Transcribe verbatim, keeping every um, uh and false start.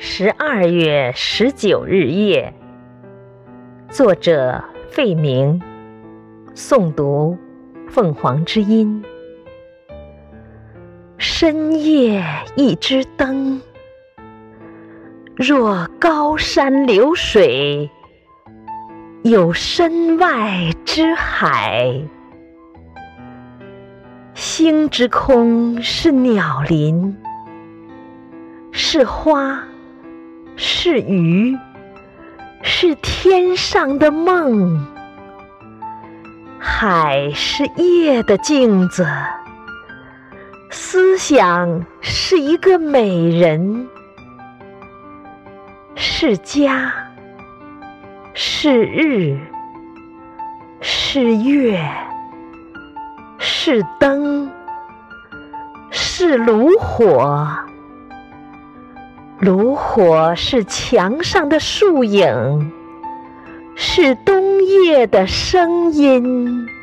十二月十九日夜，作者费明，诵读凤凰之音。深夜一支灯，若高山流水，有身外之海。星之空是鸟林，是花，是鱼，是天上的梦。海是夜的镜子，思想是一个美人。是家，是日，是月，是灯，是炉火。炉火是墙上的树影，是冬夜的声音。